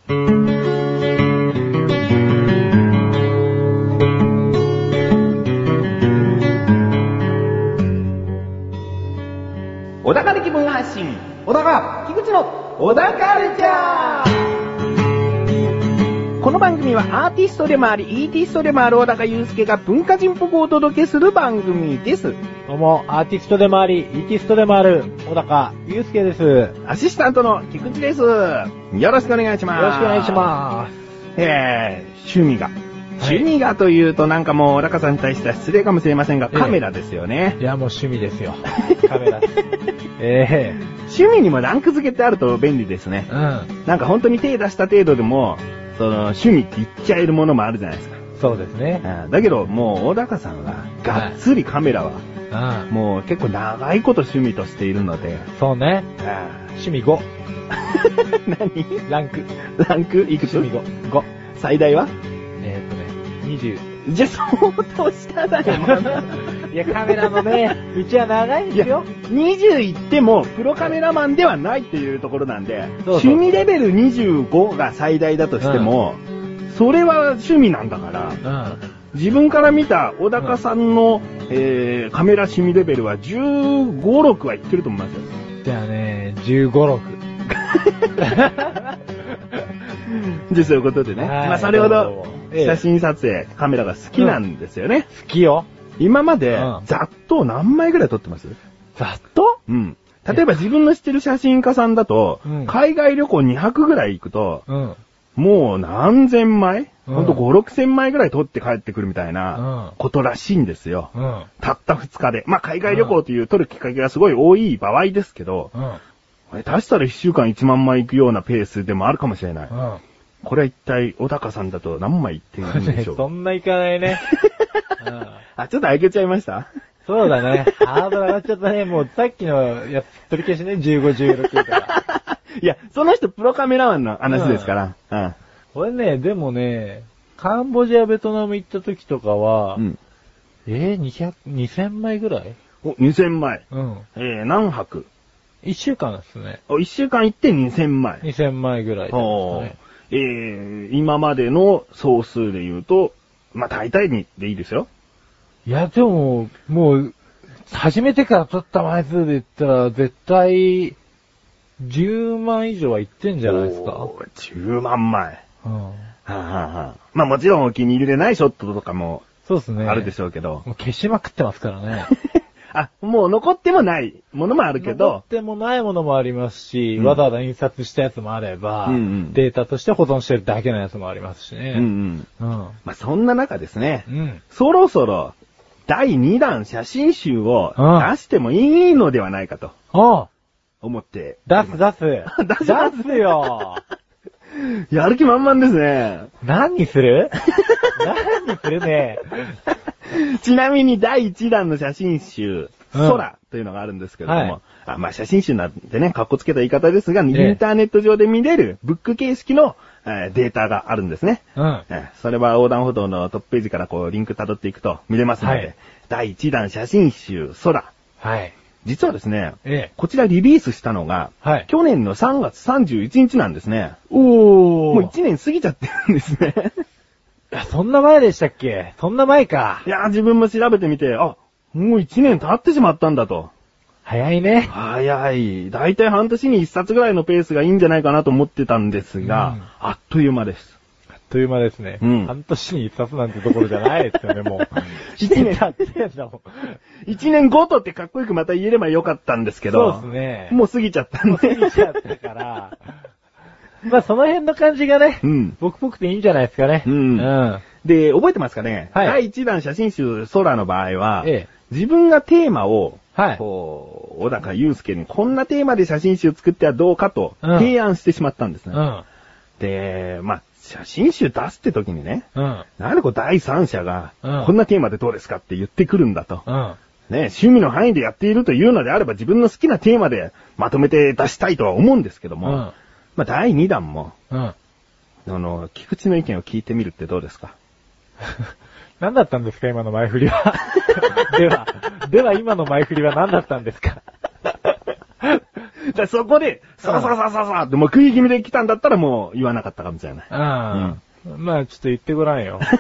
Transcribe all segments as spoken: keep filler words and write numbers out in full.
小高で気分発信、小高菊池の小高カルチャー。この番組はアーティストでもありイーティストでもある小高祐介が文化人っぽくお届けする番組です。 どうも、アーティストでもありイーティストでもある小高祐介です。 アシスタントの菊池です。よろしくお願いします。 よろしくお願いします。 えー、趣味が、はい、趣味がというとなんかもう小高さんに対しては失礼かもしれませんが、カメラですよね。 いやもう趣味ですよ。カメラです。ええー、 趣味にもランク付けってあると便利ですね。 うん。 なんか本当に手出した程度でもその趣味って言っちゃえるものもあるじゃないですか。 そうですね。 うん、だけどもう小高さんはがっつりカメラは、はい、もう結構長いこと趣味としているので。 そうね。趣味ご。 何？ ランク。 ランクいくつ？ 趣味ご。ご。 最大は？ えーっとね、にじゅう。 じゃ、相当下だよ。 いや、カメラのね、うちは長いんですよ。 にじゅういっても、プロカメラマンではないっていうところなんで、 そうそう、 趣味レベルにじゅうごが最大だとしても、うん、それは趣味なんだから、うん、自分から見た小高さんの、うんえー、カメラ趣味レベルはじゅうご、ろくはいってると思いますよ。 じゃあね、じゅうご、ろく。 じゃあそういうことでね。まあそれほど写真撮影、カメラが好きなんですよね。 うん、好きよ。 今まで、ざっと何枚ぐらい撮ってます？ ざっと？ うん。例えば自分の知ってる写真家さんだと、うん、海外旅行にひゃくぐらい行くと、うん、もう何千枚、うん、ほんとご、ろくせんまいぐらい撮って帰ってくるみたいなことらしいんですよ。うん、たったふつかで。まあ海外旅行という撮るきっかけがすごい多い場合ですけど、うん足したらいっしゅうかんいちまんまい行くようなペースでもあるかもしれない。うん、これは一体、小高さんだと何枚行っているんでしょうか？ そんな行かないね。 うん、あ、ちょっと開けちゃいました？ そうだね。ハードル上がっちゃったね。もうさっきのやつ取り消しね、じゅうご、じゅうろくから。 いや、その人プロカメラマンの話ですから。うん。うん、 これね、でもね、カンボジア、ベトナム行った時とかは、うん、えー、にひゃく、にせんまいぐらい？ お、にせんまい。うん。えー、何泊？ 一週間ですね。 お、一週間行ってにせんまい。 にせんまいぐらいですね。 えー、今までの総数で言うと、まあ、大体にでいいですよ。 いや、でも、もう、初めてから撮った枚数で言ったら、絶対、じゅうまん以上は行ってんじゃないですか。 じゅうまんまい。うん。はあ、はあ、まあもちろんお気に入りでないショットとかも、 そうですね。 あるでしょうけど。 もう消しまくってますからね。 あ、もう残ってもないものもあるけど。 残ってもないものもありますし、うん、わざわざ印刷したやつもあれば、うんうん、データとして保存してるだけのやつもありますしね。 うんうん。うん、まあそんな中ですね、うん、そろそろだいにだん写真集を出してもいいのではないかと。思って。 出す出す。出す出すよ。 やる気満々ですね。 何にする？何にするね。 ちなみにだいいちだんの写真集、うん、空というのがあるんですけれども、はい、あまあ写真集なんてね、かっこつけた言い方ですが、インターネット上で見れるブック形式の、えー、データがあるんですね、うんえー。それは横断歩道のトップページからこうリンク辿っていくと見れますので、はい、だいいちだん写真集、空。はい。実はですね、ええ、こちらリリースしたのが、はい、去年のさんがつさんじゅういちにちなんですね。おー。もういちねん過ぎちゃってるんですね。 そんな前でしたっけ？そんな前か。 いや、自分も調べてみて、あ、もういちねん経ってしまったんだと。 早いね。 早い。だいたい半年にいっさつぐらいのペースがいいんじゃないかなと思ってたんですが、うん、あっという間です。 あっという間ですね。うん。半年にいっさつなんてところじゃないですよね、もう。いちねん経ってんだもん。 いちねんごとってかっこよくまた言えればよかったんですけど。 そうですね。 もう過ぎちゃったんで。 過ぎちゃったから。まあその辺の感じがね、うん。僕っぽくていいんじゃないですかね。うん。うん。 で、覚えてますかね、はい、だいいちだん写真集空の場合は、ええ、自分がテーマを、はい、こう、小高祐介にこんなテーマで写真集作ってはどうかと提案してしまったんですね。うん、で、まあ、写真集出すって時にね、うん、なんでこう第三者が、こんなテーマでどうですかって言ってくるんだと。うん、ね、趣味の範囲でやっているというのであれば自分の好きなテーマでまとめて出したいとは思うんですけども、うん、まあ、だいにだんも、うん、あの、菊池の意見を聞いてみるってどうですか？ 何だったんですか今の前振りは。では、では今の前振りは何だったんですか？ じゃあそこで、さらさらさらさらさらってもう食い気味で来たんだったらもう言わなかったかもしれない。 うん。まあちょっと言ってごらんよ。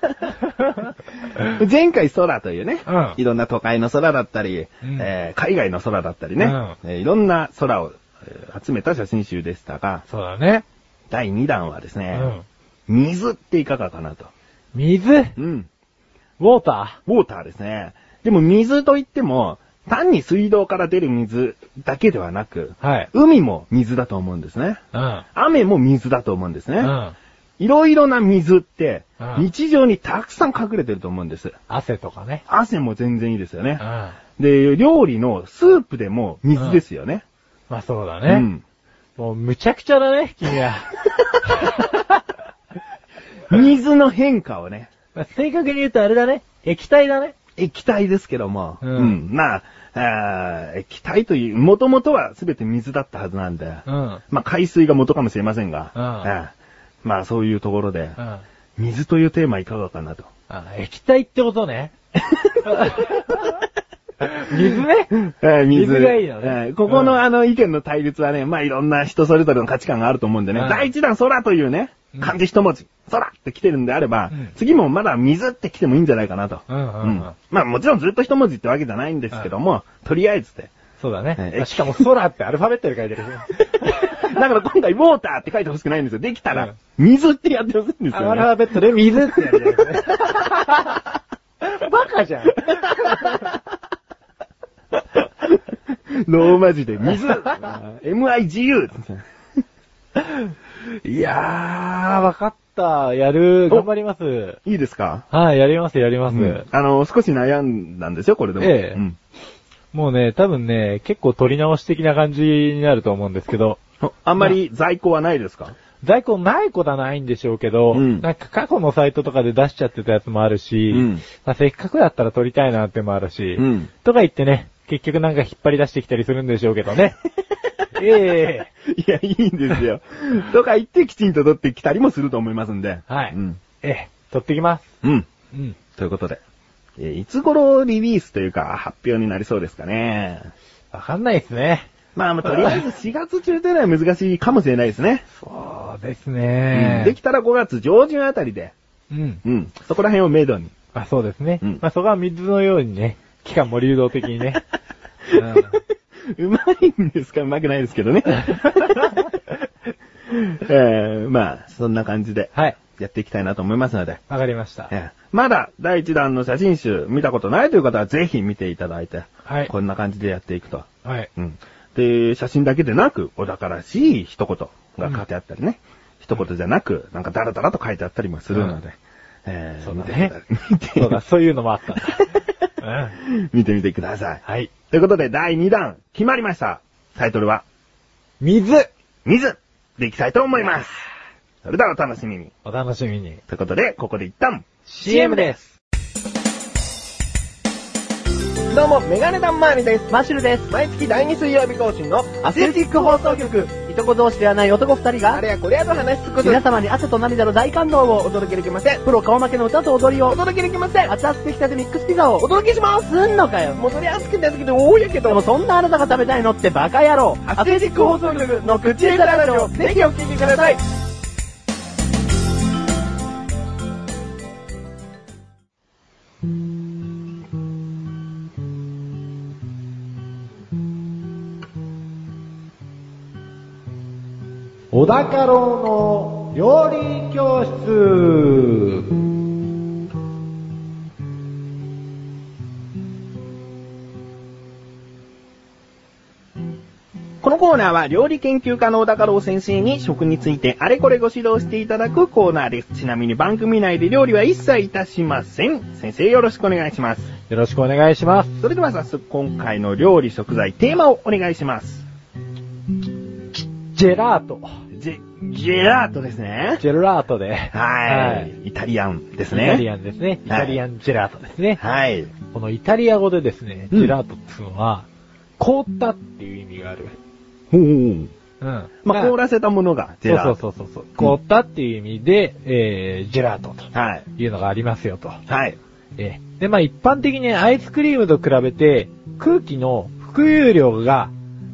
前回空というね、 うん、 いろんな都会の空だったり、うんえー、海外の空だったりね、うんえー、いろんな空を、えー、集めた写真集でしたが、 そうだね。 だいにだんはですね、うん、水っていかがかなと。 水うん。ウォーターウォーターですね。でも水といっても、単に水道から出る水だけではなく、はい、海も水だと思うんですね、うん。雨も水だと思うんですね。うんいろいろな水って、日常にたくさん隠れてると思うんです。 汗とかね。 汗も全然いいですよね。うん、で、料理のスープでも水ですよね。 うん、まあそうだね。うん、もうむちゃくちゃだね、君は。 水の変化をね。 まあ、正確に言うとあれだね。液体だね。 液体ですけども。うん。うん、まあ、あ液体という、もともとは全て水だったはずなんで。うん、まあ海水が元かもしれませんが。うんあまあそういうところで、うん、水というテーマいかがかなと。 あ液体ってことね。水ね、 えー、水。 水がいいのね。 えー、ここの、うん、あの意見の対立はね、まあいろんな人それぞれの価値観があると思うんでね、うん、第一弾空というね、漢字一文字、空って来てるんであれば、うん、次もまだ水って来てもいいんじゃないかなと。うんうんうんうん、まあもちろんずっと一文字ってわけじゃないんですけども、うん、とりあえずで。 そうだね。えー、しかも空ってアルファベットで書いてる。 だから今回ウォーターって書いてほしくないんですよ。できたら、水ってやってほしいんですよ、ね。 アルファベットで水ってやるじゃないですか。バカじゃん。 ローマ字で水。エムアイジーユー。いやー、わかった。やる。頑張ります。 いいですか？ はい、やります、やります、うん。 あの、少し悩んだんですよ、これでも。ええ。うん、 もうね、多分ね、結構取り直し的な感じになると思うんですけど。 あんまり在庫はないですか？ 在庫ないことはないんでしょうけど、うん、なんか過去のサイトとかで出しちゃってたやつもあるし、うん、まあ、せっかくだったら撮りたいなってもあるし、うん、とか言ってね、結局なんか引っ張り出してきたりするんでしょうけどね。ええー、いや、いいんですよ。とか言ってきちんと撮ってきたりもすると思いますんで。 はい。うん、ええ、撮ってきます。 うん。うん。ということで、えー、いつ頃リリースというか発表になりそうですかね。 わかんないですね。 まあ、まあ、とりあえずしがつ中というのは難しいかもしれないですね。 そうですね、 うん。できたらごがつ上旬あたりで。うん。うん。そこら辺をメイドに。 あ、そうですね。うん。まあ、そこは水のようにね、期間も流動的にね。 うん、うまいんですか？うまくないですけどね。えー、まあ、そんな感じで。はい。やっていきたいなと思いますので。 わかりました。えー、 まだ第一弾の写真集見たことないという方はぜひ見ていただいて。はい。こんな感じでやっていくと。はい。うん。で、写真だけでなく、小高らしい一言が書いてあったりね。うん、一言じゃなく、なんかダラダラと書いてあったりもするので。うん、 えー、そうだね。見てそうだ、そういうのもあったんだ。 うん、見てみてください。はい。ということで、だいにだん、決まりました。タイトルは、 水水でいきたいと思います。それではお楽しみに。 お楽しみに。 ということで、ここで一旦、 シーエム です。 どうも、メガネタンマーニです。 マッシュルです。 毎月だいに水曜日更新のアスレチック放送局。いとこ同士ではない男二人が、 あれやこれやと話しつくこと。 皆様に汗と涙の大感動をお届けできません。 プロ顔負けの歌と踊りをお届けできません。 熱々出来たてミックスピザをお届けします。 すんのかよ。 もうそれ熱くて熱くて多いやけど。 でもそんなあなたが食べたいのってバカ野郎。 アスレチック放送局の口下手ラジオ、ぜひお聞きください。 小高郎の料理教室。 このコーナーは料理研究家の小高郎先生に食についてあれこれご指導していただくコーナーです。ちなみに番組内で料理は一切いたしません。先生よろしくお願いします。 よろしくお願いします。 それでは早速今回の料理食材テーマをお願いします。 ジェラート。 ジェ、ジェラートですね。 ジェラートで。 はい。はい、イタリアンですね。 イタリアンですね。イタリアンジェラートですね。 はい。 このイタリア語でですね、ジェラートっていうのは、凍ったっていう意味がある。 ほう。うん。まあ、凍らせたものがジェラート。 そうそうそうそう。凍ったっていう意味で、えー、ジェラートと。はい。いうのがありますよと。 はい。 えー、で、まあ一般的にアイスクリームと比べて、空気の含有量が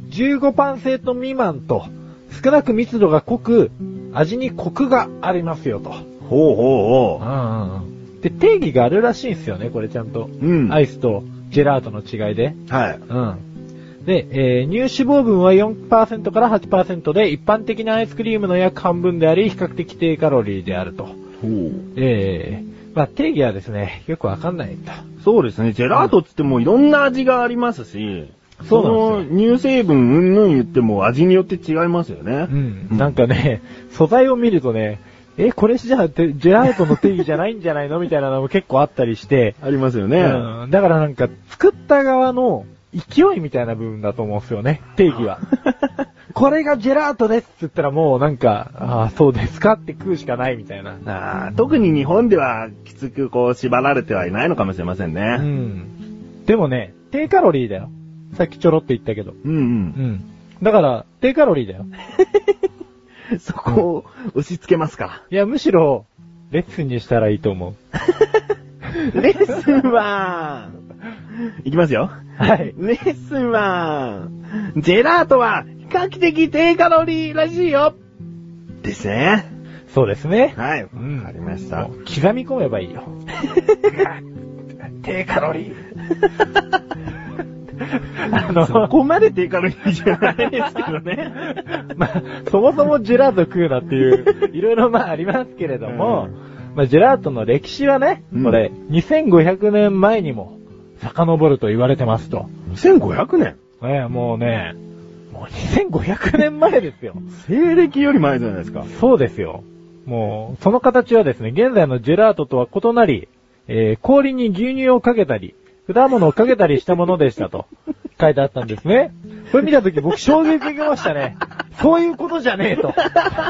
じゅうごパーセント 未満と、少なく密度が濃く、味にコクがありますよと。ほうほうほう。 うんうん、で、定義があるらしいんですよね、これちゃんと。うん。アイスとジェラートの違いで。 はい。 うん。で、えー、乳脂肪分は よんパーセント から はちパーセント で、一般的なアイスクリームの約半分であり、比較的低カロリーであると。ほう。えー、まあ定義はですね、よくわかんないんだ。 そうですね、ジェラートって言ってもいろんな味がありますし、うん、その乳成分うんぬん言っても味によって違いますよね。 うん。なんかね、素材を見るとね、え、これじゃあ、ジェラートの定義じゃないんじゃないのみたいなのも結構あったりして。 ありますよね。 うん。だからなんか、作った側の勢いみたいな部分だと思うんですよね、定義は。これがジェラートですって言ったらもうなんか、ああ、そうですかって食うしかないみたいな。 あ特に日本ではきつくこう縛られてはいないのかもしれませんね。 うん。でもね、低カロリーだよ。さっきちょろっと言ったけど。 うんうん。うん。 だから、低カロリーだよ。 そこを押し付けますか。 いや、むしろ、レッスンにしたらいいと思う。 レッスンは、いきますよ。 はい。 レッスンは、ジェラートは比較的低カロリーらしいよ。ですね。 そうですね。 はい。わ、うん、かりました。刻み込めばいいよ。低カロリー。 あの、そこまで低カロリーじゃないですけどね。 まあ、そもそもジェラート食うなっていう、いろいろまあありますけれども、うん、まあジェラートの歴史はね、うん、これ、にせんごひゃくねんまえにも遡ると言われてますと。 にせんごひゃくねん？ ええ、もうね、もうにせんごひゃくねんまえですよ。 西暦より前じゃないですか。 そうですよ。もう、その形はですね、現在のジェラートとは異なり、えー、氷に牛乳をかけたり、果物をかけたりしたものでしたと書いてあったんですね。これ見たとき僕衝撃受けましたね。そういうことじゃねえと。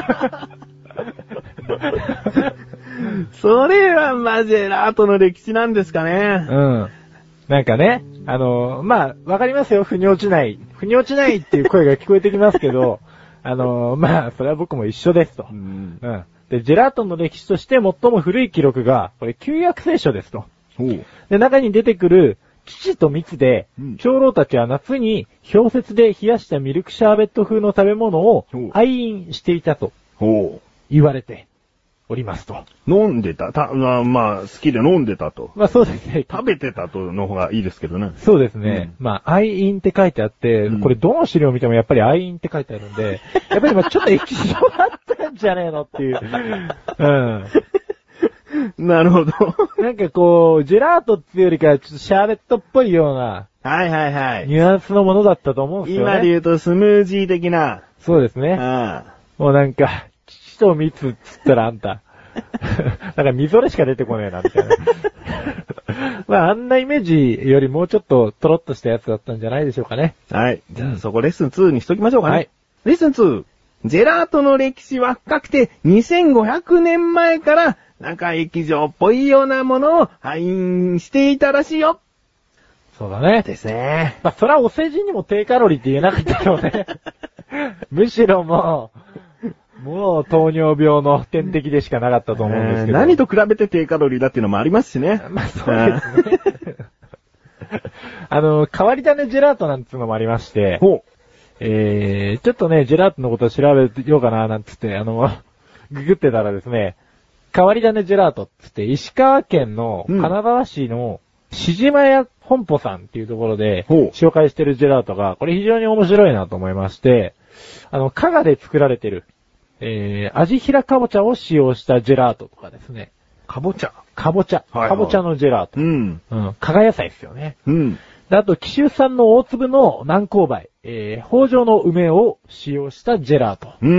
それはマジェラートの歴史なんですかね。 うん。なんかね、あのー、まあ、わかりますよ、腑に落ちない。腑に落ちないっていう声が聞こえてきますけど、あのー、まあ、それは僕も一緒ですと。うん。うん。で、ジェラートの歴史として最も古い記録が、これ旧約聖書ですと。で、中に出てくる、乳と蜜で、うん、長老たちは夏に氷雪で冷やしたミルクシャーベット風の食べ物を愛飲していたと言われておりますと。 飲んでたた、まあ、まあ、好きで飲んでたと。 まあそうですね。 食べてたとの方がいいですけどね。 そうですね。うん、まあ、愛飲って書いてあって、うん、これどの資料を見てもやっぱり愛飲って書いてあるんで、やっぱりまあちょっと液状だったんじゃねえのっていう。うん。 なるほど。 なんかこう、ジェラートっていうよりかはちょっとシャーベットっぽいような。 はいはいはい。 ニュアンスのものだったと思うんですよね。 今で言うとスムージー的な。 そうですね。ああもうなんか、乳と蜜っつったらあんた。なんかみぞれしか出てこねえな、みたいな。まああんなイメージよりもうちょっとトロッとしたやつだったんじゃないでしょうかね。 はい。じゃあ、うん、そこレッスンツーにしときましょうかね。はい。レッスンツー。ジェラートの歴史は深くてにせんごひゃくねんまえからなんか液状っぽいようなものを愛飲していたらしいよ。 そうだね。 ですね。 まあ、それはお世辞にも低カロリーって言えなかったよね。むしろもう、もう糖尿病の点滴でしかなかったと思うんですけど。 何と比べて低カロリーだっていうのもありますしね。 まあそうですね。あの、変わり種ジェラートなんていうのもありまして。ほう。えー、ちょっとね、ジェラートのことを調べようかななんつって、あの、ググってたらですね、変わり種ジェラートってって、石川県の金沢市のしじまや本舗さんっていうところで紹介してるジェラートが、これ非常に面白いなと思いまして、あの、加賀で作られてる、えー、味平かぼちゃを使用したジェラートとかですね。 かぼちゃかぼちゃ。はいはい、かぼちゃのジェラート。うん。うん。加賀野菜ですよね。うん。で、あと、紀州産の大粒の南高梅、えー、北条の梅を使用したジェラート。うん。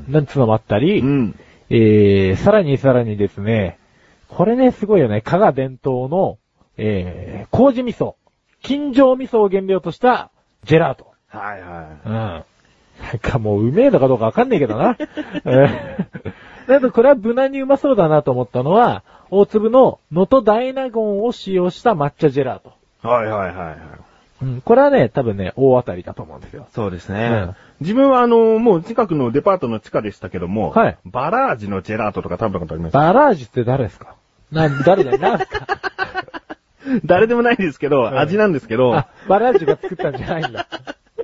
なんつうのもあったり、うん。えー、さらにさらにですね、これね、すごいよね。加賀伝統の、えー、麹味噌、金城味噌を原料としたジェラート。 はいはい。 うん。なんかもう、うめえのかどうかわかんないけどな。だけど、これは無難にうまそうだなと思ったのは、大粒の能登大納言を使用した抹茶ジェラート。 はいはいはいはい。 うん、これはね、多分ね、大当たりだと思うんですよ。 そうですね。うん、自分はあの、もう近くのデパートの地下でしたけども、はい。バラージのジェラートとか食べたことありますか？ バラージって誰ですか？な、誰だよ、なんすか？ 誰でもないですけど、うん、味なんですけど。あ、 バラージが作ったんじゃないんだ。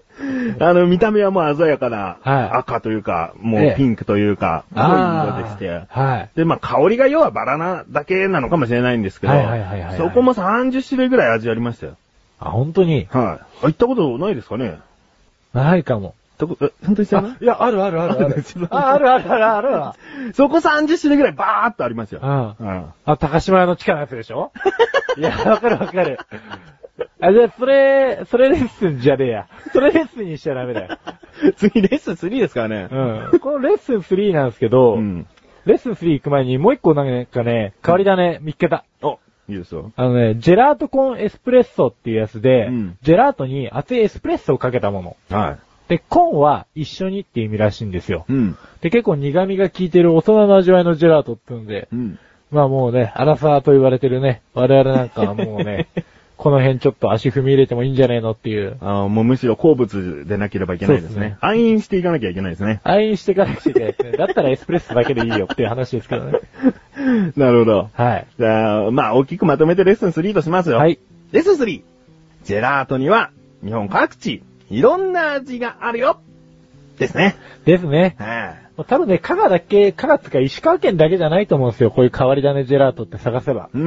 あの、見た目はもう鮮やかな、赤というか、もうピンクというか、濃い色でして。はい。で、まあ、香りが要はバラなだけなのかもしれないんですけど、そこもさんじゅっしゅるいぐらい味ありましたよ。 あ、本当に？ はい。行ったことないですかね？ ないかも。 どこ、え、本当に知らない？ いや、あるあるあるある。あ、あるあるあるあるある。そこさんじゅっしゅるいぐらいバーっとありますよ。うん。 うん。あ、高島屋の地下のやつでしょ？いや、わかるわかる。あ、じゃあ、それ、それレッスンじゃねえや。それレッスンにしちゃダメだよ。 次、レッスンスリーですからね。 うん。このレッスンスリーなんですけど、うん、レッスンスリー行く前にもう一個なんかね、変わり種見っけた。 お、いいですよ。 あのね、ジェラートコーンエスプレッソっていうやつで、うん、ジェラートに熱いエスプレッソをかけたもの。はい。で、コーンは一緒にって意味らしいんですよ。うん。で、結構苦味が効いてる大人の味わいのジェラートって言うんで、うん。まあもうね、アラサーと言われてるね、我々なんかはもうね、この辺ちょっと足踏み入れてもいいんじゃねえのっていう。 ああ、もうむしろ好物でなければいけないですね。ですね。愛飲していかなきゃいけないですね。 愛飲していかなきゃいけないですね。だったらエスプレッソだけでいいよっていう話ですけどね。 なるほど。 はい。 じゃあ、まあ大きくまとめてレッスンスリーとしますよ。はい。レッスンスリー。ジェラートには日本各地いろんな味があるよ。ですね。 ですね。はい。多分ね、香川だけ、香川ってか石川県だけじゃないと思うんですよ。こういう変わり種ジェラートって探せば。うん。うん。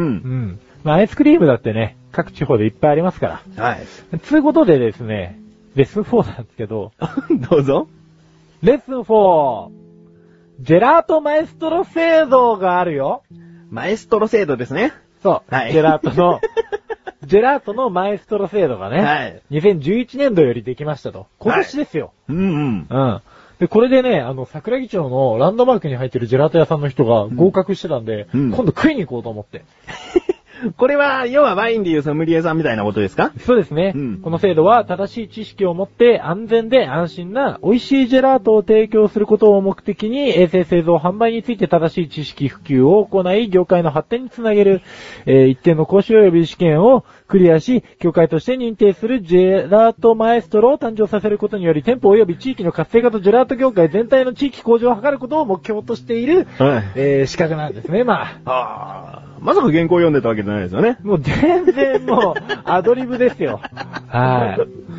まあ、アイスクリームだってね、各地方でいっぱいありますから。はい。つうことでですね、レッスンフォーなんですけど。 どうぞ。 レッスンフォー。ジェラートマエストロ制度があるよ。 マエストロ制度ですね。 そう。はい。ジェラートの、ジェラートのマエストロ制度がね。はい。にせんじゅういちねんどよりできましたと。今年ですよ。はい、うんうん。うん。で、これでね、あの、桜木町のランドマークに入ってるジェラート屋さんの人が合格してたんで、うん、今度食いに行こうと思って。 これは、要はワインでいうソムリエさんみたいなことですか？ そうですね、うん。この制度は正しい知識を持って安全で安心な美味しいジェラートを提供することを目的に衛生製造販売について正しい知識普及を行い、業界の発展につなげる、えー、一定の講習及び試験をクリアし、協会として認定するジェラートマエストロを誕生させることにより、店舗及び地域の活性化とジェラート業界全体の地域向上を図ることを目標としている、はい、えー、資格なんですね、まあ。 あまさか原稿読んでたわけじゃないですよね。 もう全然もう、アドリブですよ。はい。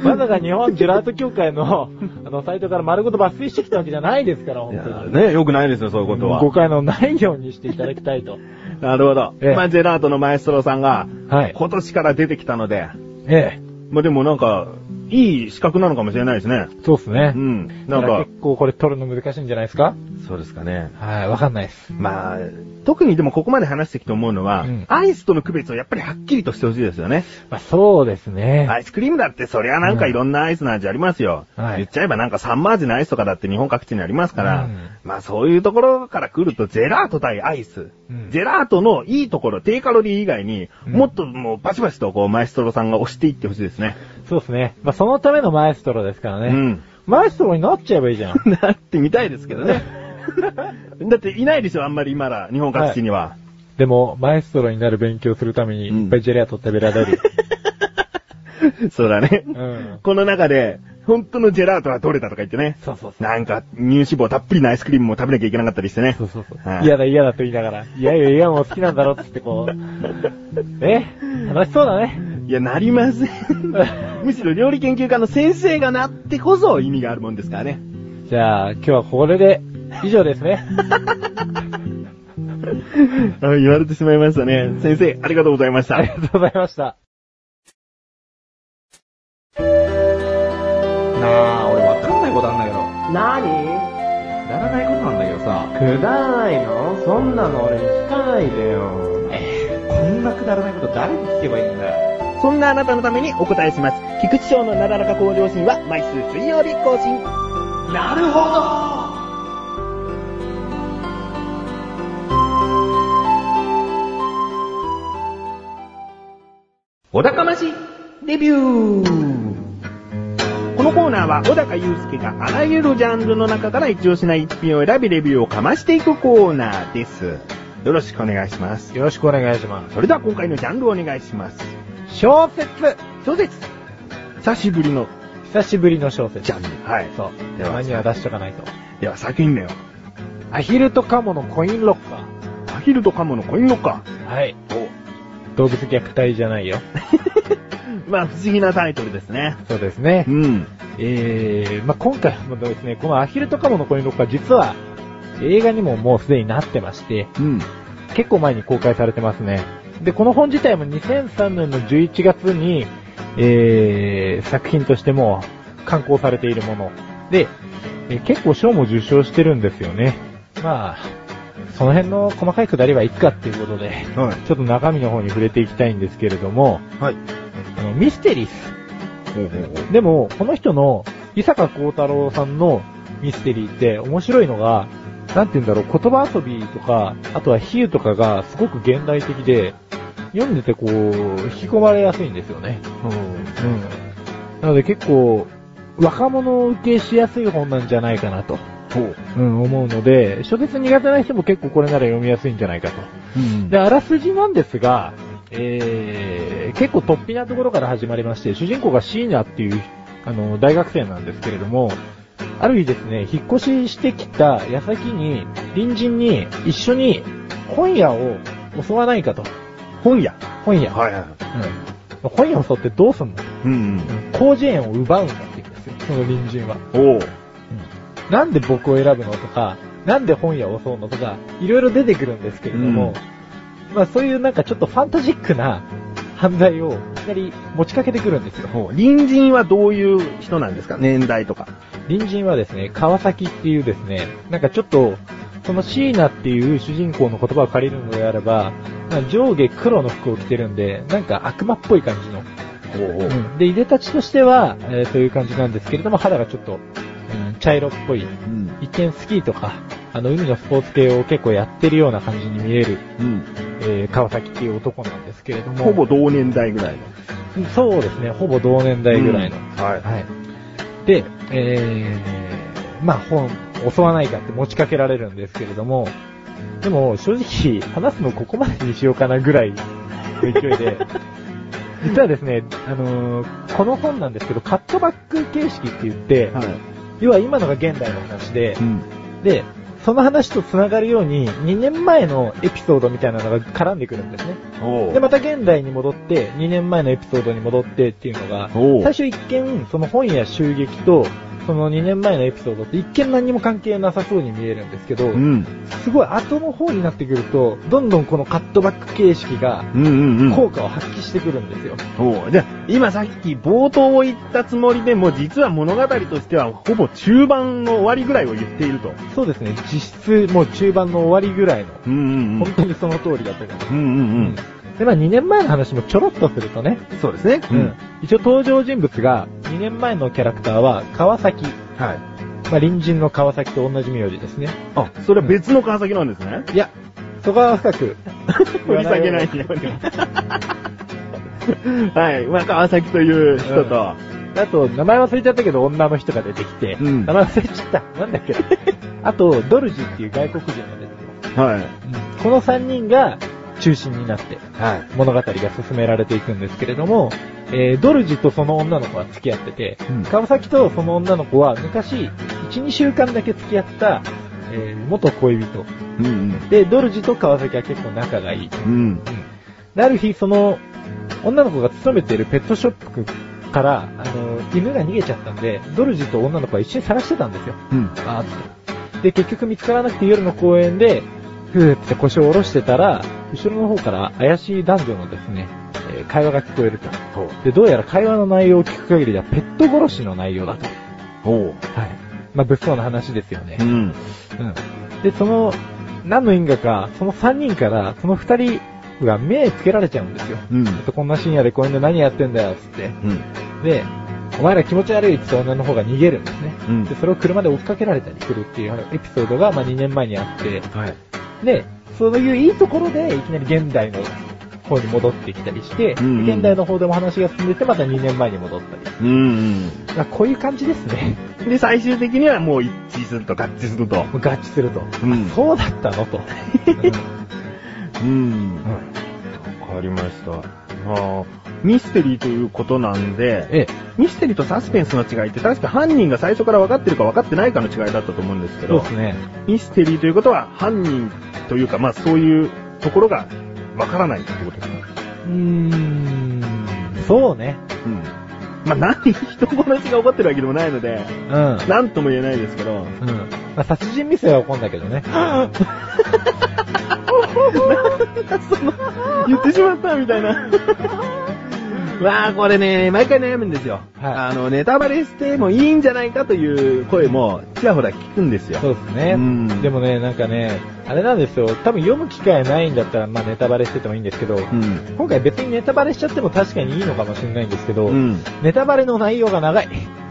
まさか日本ジェラート協会の、あの、サイトから丸ごと抜粋してきたわけじゃないですから、本当に。 ね、よくないですよ、そういうことは。 誤解のないようにしていただきたいと。 なるほど。ええ、まあ、ジェラートのマエストロさんが、はい。今年から出てきたので、ええ。まあ、でもなんか、いい資格なのかもしれないですね。 そうですね。うん。なんか、結構これ取るの難しいんじゃないですか？ そうですかね。 はい、わかんないです。 まあ、特にでもここまで話してきて思うのは、うん、アイスとの区別をやっぱりはっきりとしてほしいですよね。 まあそうですね。 アイスクリームだってそりゃなんかいろんなアイスの味ありますよ。うん、はい、言っちゃえばなんかサンマ味のアイスとかだって日本各地にありますから、うん、まあそういうところから来るとジェラート対アイス。うん、ジェラートのいいところ、低カロリー以外に、もっともうバチバチとこうマエストロさんが押していってほしいですね。 そうですね。まあそのためのマエストロですからね。うん。マエストロになっちゃえばいいじゃん。 なってみたいですけどね。だっていないでしょ、あんまり今ら、日本各地には。はい、 でも、マエストロになる勉強するために、いっぱいジェラート食べられる。 うん、そうだね。うん、この中で、本当のジェラートはどれだとか言ってね。そうそうそう。なんか、乳脂肪たっぷりのアイスクリームも食べなきゃいけなかったりしてね。そうそうそう。 はい、嫌だ嫌だと言いながら、いやいやいやもう好きなんだろってってこう。え楽しそうだね。 いや、なりません。むしろ料理研究家の先生がなってこそ意味があるもんですからね。 じゃあ、今日はこれで以上ですね。 言われてしまいましたね。先生、ありがとうございました。 ありがとうございました。 なあ、俺わかんないことあんだけど。 なに？ くだらないことなんだけどさ。 くだらないの？そんなの俺に聞かないでよ。 えー、こんなくだらないこと誰に聞けばいいんだよ。そんなあなたのためにお答えします。菊池翔のなだらか向上心は毎週水曜日更新。 なるほど。 小高ましレビュー。このコーナーは小高祐介があらゆるジャンルの中から一押しな一品を選びレビューをかましていくコーナーです。よろしくお願いします。 よろしくお願いします。 それでは今回のジャンルをお願いします。 小説。 小説。久しぶりの。 久しぶりの小説。 ジャンル。はい。 そう。では、には出しとかないと。 では、叫んだよ。 アヒルとカモのコインロッカー。アヒルとカモのコインロッカー。はい。お動物虐待じゃないよ。 まあ不思議なタイトルですね。 そうですね。 うん。 えー、まあ今回もですね、このアヒルとカモのコインロッカー実は映画にももうすでになってまして、うん。結構前に公開されてますね。で、この本自体もにせんさんねんのじゅういちがつに、えー、作品としても刊行されているもので、えー、結構賞も受賞してるんですよね。まあ、その辺の細かいくだりはいつかっていうことで、はい、ちょっと中身の方に触れていきたいんですけれども、はい、あのミステリース。ほうほうほう。でも、この人の伊坂幸太郎さんのミステリーって面白いのが、なんて言うんだろう、言葉遊びとか、あとは比喩とかがすごく現代的で、読んでてこう、引き込まれやすいんですよね。うん。うん。なので結構、若者受けしやすい本なんじゃないかなと。うん、思うので、小説苦手な人も結構これなら読みやすいんじゃないかと。うん、で、あらすじなんですが、えー、結構突飛なところから始まりまして、主人公がシーナっていう、あの、大学生なんですけれども、ある日ですね、引っ越ししてきた矢先に、隣人に一緒に本屋を襲わないかと。 本屋本屋。 はいはい。 うん。本屋を襲ってどうすんのと。うんうん。広辞苑を奪うんだって言うんですよ、その隣人は。おう。なんで僕を選ぶのとか、なんで本屋を襲うのとか、いろいろ出てくるんですけれども、うん、まあそういうなんかちょっとファンタジックな犯罪をいきなり持ちかけてくるんですよ。 隣人はどういう人なんですか？年代とか。 隣人はですね、川崎っていうですね、なんかちょっと、そのシーナっていう主人公の言葉を借りるのであれば、上下黒の服を着てるんで、なんか悪魔っぽい感じの。おうおう。うん、で、いでたちとしては、えー、そういう感じなんですけれども、肌がちょっと、うん、茶色っぽい、うん、一見スキーとか、あの、海のスポーツ系を結構やってるような感じに見える、うん、えー、川崎っていう男なんですけれども。 ほぼ同年代ぐらいの。そうですね、ほぼ同年代ぐらいの。うん、はい。はい。で、えー、まあ、本、襲わないかって持ちかけられるんですけれども、でも、正直、話すのここまでにしようかなぐらいの勢いで、実はですね、あのー、この本なんですけど、カットバック形式って言って、はい、要は今のが現代の話で、うん、で、その話と繋がるように、にねんまえのエピソードみたいなのが絡んでくるんですね。で、また現代に戻って、にねんまえのエピソードに戻ってっていうのが、最初一見、その本屋襲撃と、そのにねんまえのエピソードって一見何にも関係なさそうに見えるんですけど、うん、すごい後の方になってくると、どんどんこのカットバック形式が効果を発揮してくるんですよ。 うんうんうん、じゃあ今さっき冒頭を言ったつもりでも、実は物語としてはほぼ中盤の終わりぐらいを言っていると。 そうですね。実質もう中盤の終わりぐらいの、うんうんうん、本当にその通りだと思います。うんうんうんで、まあにねんまえの話もちょろっとするとね。 そうですね。 うん。一応登場人物が、にねんまえのキャラクターは川崎。はい。まあ隣人の川崎と同じ名字ですね。 あ、それは別の川崎なんですね。 うん、いや、そこは深く。 掘り下げないように。はい。まあ川崎という人と、うん、 あと、名前忘れちゃったけど女の人が出てきて、うん、名前忘れちゃった。なんだっけあと、ドルジっていう外国人が出てきます。はい。うん、このさんにんが、中心になって、はい、物語が進められていくんですけれども、えー、ドルジとその女の子は付き合ってて、うん、川崎とその女の子は昔、いち、にしゅうかんだけ付き合った、えー、元恋人、うんうん。で、ドルジと川崎は結構仲がいい。うん、で、ある日、その、女の子が勤めているペットショップから、あの、犬が逃げちゃったんで、ドルジと女の子は一緒に探してたんですよ。うん、あーって。で、結局見つからなくて夜の公園で、ふーって腰を下ろしてたら、後ろの方から怪しい男女のですね、えー、会話が聞こえると。で、どうやら会話の内容を聞く限りではペット殺しの内容だと。おはい。まあ、物騒な話ですよね。うん。うん。で、その、何の因果か、そのさんにんから、そのふたりが目つけられちゃうんですよ。うん。こんな深夜で公園で何やってんだよ、つって。うん。で、お前ら気持ち悪いって女の方が逃げるんですね。うん。で、それを車で追っかけられたりするっていうエピソードが、まあ、にねんまえにあって、はい。で、そういういいところでいきなり現代の方に戻ってきたりして、うんうん、現代の方でも話が進んでてまたにねんまえに戻ったり。うんうん、まあ、こういう感じですね。 で、最終的にはもう一致すると合致すると。合致すると。うん、そうだったのと。 うん。うん。わかりました。あミステリーということなんで、ええ、ミステリーとサスペンスの違いって確か犯人が最初から分かってるか分かってないかの違いだったと思うんですけど、 そうですね。 ミステリーということは犯人というか、まあそういうところが分からないってことですか？ うーん、 そうね。 うん。まあ、何、人殺しが起こってるわけでもないので、うん。なんとも言えないですけど、うん。 まあ、殺人未遂は起こんだけどね。なんかその、言ってしまったみたいな。わあ、これね、毎回悩むんですよ。はい。あの、ネタバレしてもいいんじゃないかという声も、ちらほら聞くんですよ。 そうですね。うん。でもね、なんかね、あれなんですよ。多分読む機会ないんだったら、まあネタバレしててもいいんですけど、うん、今回別にネタバレしちゃっても確かにいいのかもしれないんですけど、うん、ネタバレの内容が長い。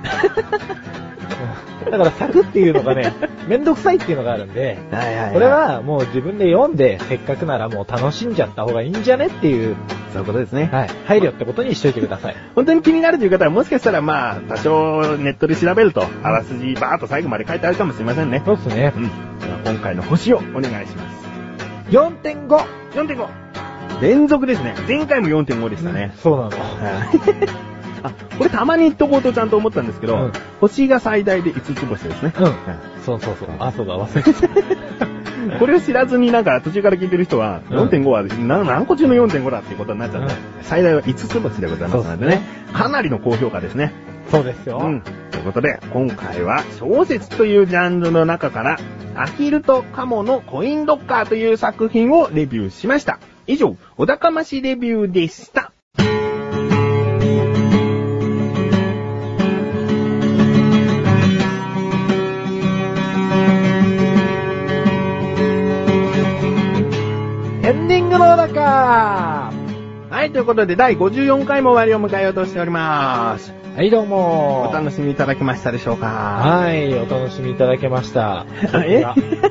だからサクっていうのがね、めんどくさいっていうのがあるんで、はいはいはい、これはもう自分で読んで、せっかくならもう楽しんじゃった方がいいんじゃねっていう、 そういうことですね。 はい。配慮ってことにしといてください。 本当に気になるという方はもしかしたらまあ、多少ネットで調べると、あらすじバーっと最後まで書いてあるかもしれませんね。 そうですね。うん。 今回の星をお願いします。 よんてんご。 よんてんご。連続ですね。前回も よんてんご でしたね。 うん、そうなの。 あ、これたまに言っとこうとちゃんと思ったんですけど、うん、星が最大でいつつ星ですね。 うん。うん、そうそうそう。あ、そうだ、忘れてた。これを知らずになんか途中から聞いてる人は、よんてんごは何, 何個中の よんてんご だっていうことになっちゃうので、うん、最大はいつつ星でございますのでね、かなりの高評価ですね。 そうですよ。 うん。ということで、今回は小説というジャンルの中から、アヒルとカモのコインロッカーという作品をレビューしました。以上、お高ましレビューでした。 エンディングの中。 はい、ということでだいごじゅうよんかいも終わりを迎えようとしております。 はい、どうも。 お楽しみいただけましたでしょうか？ はい、お楽しみいただけました。 え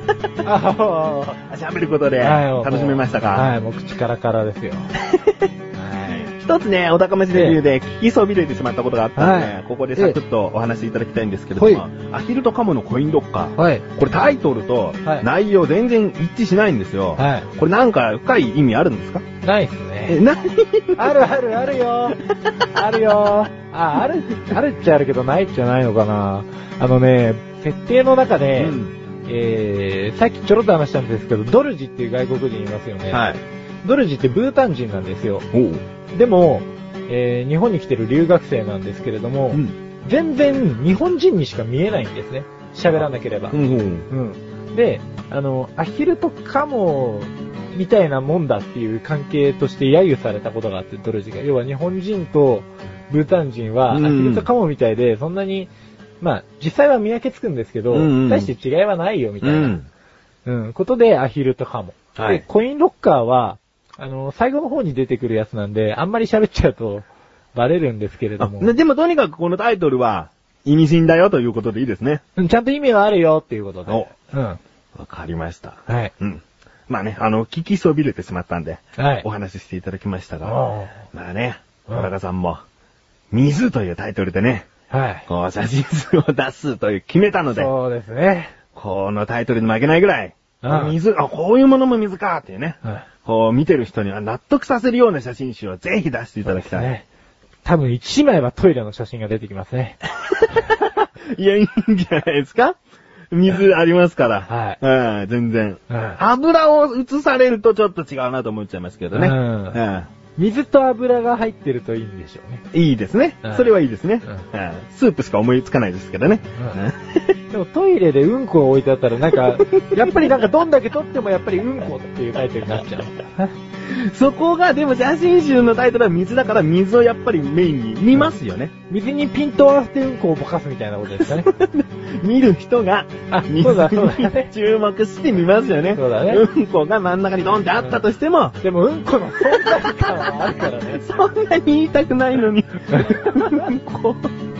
喋ることで楽しめましたか？ はい、もう口からからですよ。 一つね、お高めしレビューで聞きそびれてしまったことがあったので、はい、ここでサクッとお話しいただきたいんですけれども、アヒルとカモのコインロッカー。はい、これタイトルと内容全然一致しないんですよ。はい、これなんか深い意味あるんですか？ ないっすね。 え、ないあるあるあるよ。あるよ。あ、ある、あるっちゃあるけどないっちゃないのかな。あのね、設定の中で、うん、えー、さっきちょろっと話したんですけど、ドルジっていう外国人いますよね。はい、ドルジってブータン人なんですよ。でも、えー、日本に来てる留学生なんですけれども、うん、全然日本人にしか見えないんですね。喋らなければ。うんうんうん、で、あの、アヒルとカモみたいなもんだっていう関係として揶揄されたことがあって、ドルジが。要は日本人とブータン人は、アヒルとカモみたいで、そんなに、まあ、実際は見分けつくんですけど、うんうん、大して違いはないよみたいな、うんうん、ことでアヒルとカモ。はい、で、コインロッカーは、あの、最後の方に出てくるやつなんで、あんまり喋っちゃうとバレるんですけれども。 でもとにかくこのタイトルは意味深だよということでいいですね。 うん、ちゃんと意味はあるよっていうことで。お、 うん。わかりました。はい。うん。まあね、あの、聞きそびれてしまったんで、はい。お話ししていただきましたが、まあね、小高さんも、水というタイトルでね、はい。こう、写真数を出すという決めたので、 そうですね。 このタイトルに負けないぐらい、水、あ、こういうものも水かっていうね。はい、こう見てる人には納得させるような写真集をぜひ出していただきたい。ね、 多分一枚はトイレの写真が出てきますね。 いや、いいんじゃないですか？水ありますから。はい。うん、全然。うん、油を映されるとちょっと違うなと思っちゃいますけどね。うん。 うん、水と油が入ってるといいんでしょうね。 いいですね。うん、それはいいですね、うんうん。スープしか思いつかないですけどね。 うん、でもトイレでうんこを置いてあったらなんか、やっぱりなんかどんだけ撮ってもやっぱりうんこっていうタイトルになっちゃう。 そこが、でも写真集のタイトルは水だから水をやっぱりメインに見ますよね。 うん、水にピントを合わせてうんこをぼかすみたいなことですかね。 見る人が、水に注目して見ますよね。そうだね。うんこが真ん中にドンってあったとしても。 うん、でもうんこの存在感はあるからね。 そんなに言いたくないのに。うんこ。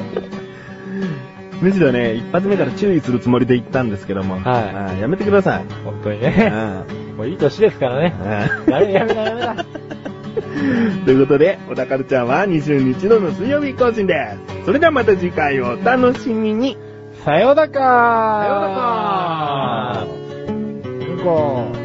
むしろね、一発目から注意するつもりで言ったんですけども。はい。やめてください。 本当にね。うん、もういい年ですからね。やめやめだやめだ。 ということで、小田カルチャーはにじゅうにちの水曜日更新です。それではまた次回をお楽しみに。 さようだかー。 さようだかー。 うんこ。